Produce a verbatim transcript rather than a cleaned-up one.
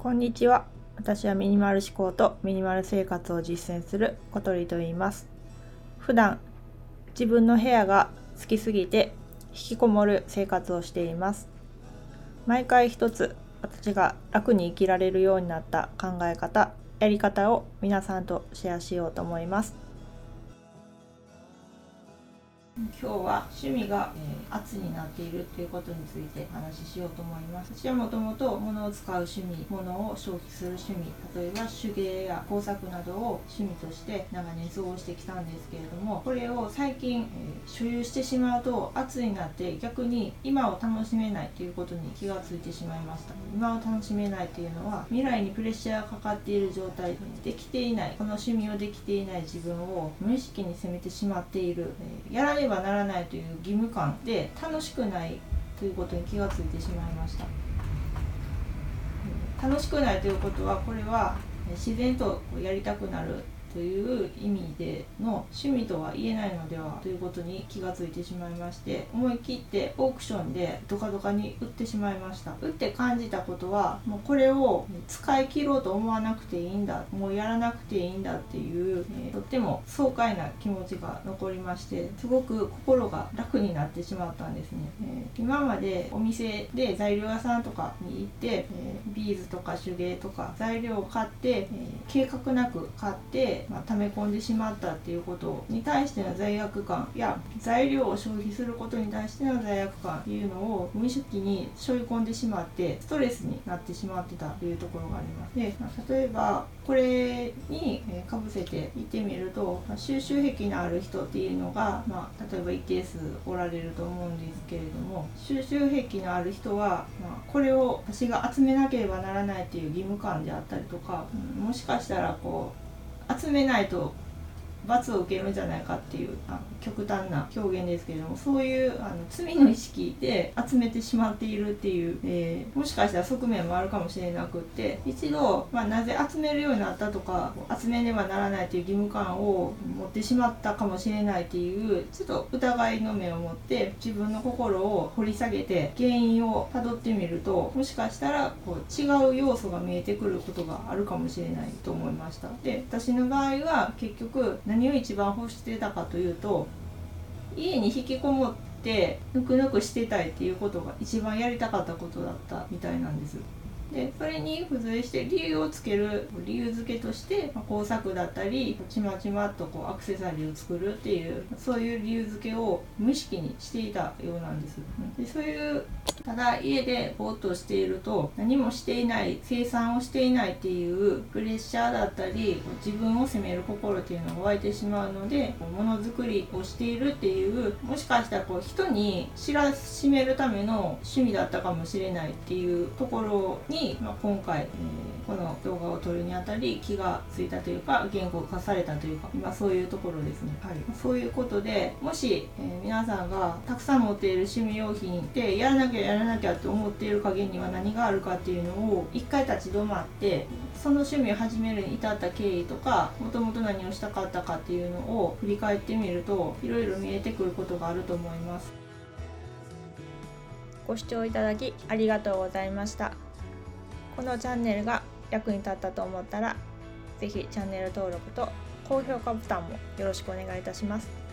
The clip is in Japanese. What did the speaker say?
こんにちは。私はミニマル思考とミニマル生活を実践する小鳥と言います。普段自分の部屋が好きすぎて引きこもる生活をしています。毎回一つ私が楽に生きられるようになった考え方、やり方を皆さんとシェアしようと思います。今日は趣味が、えー、圧になっているということについてお話ししようと思います。私はもともと物を使う趣味、物を消費する趣味、例えば手芸や工作などを趣味として長年過ごしてきたんですけれども、これを最近、えー、所有してしまうと圧になって逆に今を楽しめないということに気がついてしまいました。今を楽しめないというのは未来にプレッシャーがかかっている状態でできていない、この趣味をできていない自分を無意識に責めてしまっている、えー、やらねばならないという義務感で楽しくないということに気がついてしまいました。楽しくないということは、これは自然とやりたくなるという意味での趣味とは言えないのではということに気がついてしまいまして、思い切ってオークションでドカドカに売ってしまいました。売って感じたことは、もうこれを使い切ろうと思わなくていいんだ、もうやらなくていいんだっていう、えー、とっても爽快な気持ちが残りまして、すごく心が楽になってしまったんですね。えー、今までお店で材料屋さんとかに行って、えー、ビーズとか手芸とか材料を買って、えー、計画なく買ってまあ、溜め込んでしまったっていうことに対しての罪悪感や材料を消費することに対しての罪悪感っていうのを無意識に背負い込んでしまってストレスになってしまってたというところがあります。で、まあ、例えばこれにかぶせていってみると、まあ、収集癖のある人っていうのが、まあ、例えば一定数おられると思うんですけれども、収集癖のある人は、まあ、これを私が集めなければならないっていう義務感であったりとか、うん、もしかしたらこう集めないと罰を受けるんじゃないかっていうあの極端な表現ですけれども、そういうあの罪の意識で集めてしまっているっていう、えー、もしかしたら側面もあるかもしれなくって、一度、まあ、なぜ集めるようになったとか集めねばならないという義務感を持ってしまったかもしれないっていうちょっと疑いの目を持って自分の心を掘り下げて原因をたどってみると、もしかしたらこう違う要素が見えてくることがあるかもしれないと思いました。で、私の場合は結局何を一番欲してたかというと、家に引きこもってぬくぬくしてたいっていうことが一番やりたかったことだったみたいなんです。で、それに付随して理由をつける理由付けとして、まあ、工作だったりちまちまっとこうアクセサリーを作るっていうそういう理由付けを無意識にしていたようなんです。で、そういうただ家でぼーっとしていると何もしていない、生産をしていないっていうプレッシャーだったり自分を責める心っていうのが湧いてしまうので、ものづくりをしているっていう、もしかしたらこう人に知らしめるための趣味だったかもしれないっていうところに、まあ、今回、えー、この動画を撮るにあたり気がついたというか言語化されたというか、今そういうところですね。はい、そういうことで、もし、えー、皆さんがたくさん持っている趣味用品でやらなきゃやらなきゃって思っている陰には何があるかっていうのを一回立ち止まって、その趣味を始めるに至った経緯とかもともと何をしたかったかっていうのを振り返ってみるといろいろ見えてくることがあると思います。ご視聴いただきありがとうございました。このチャンネルが役に立ったと思ったら、ぜひチャンネル登録と高評価ボタンもよろしくお願いいたします。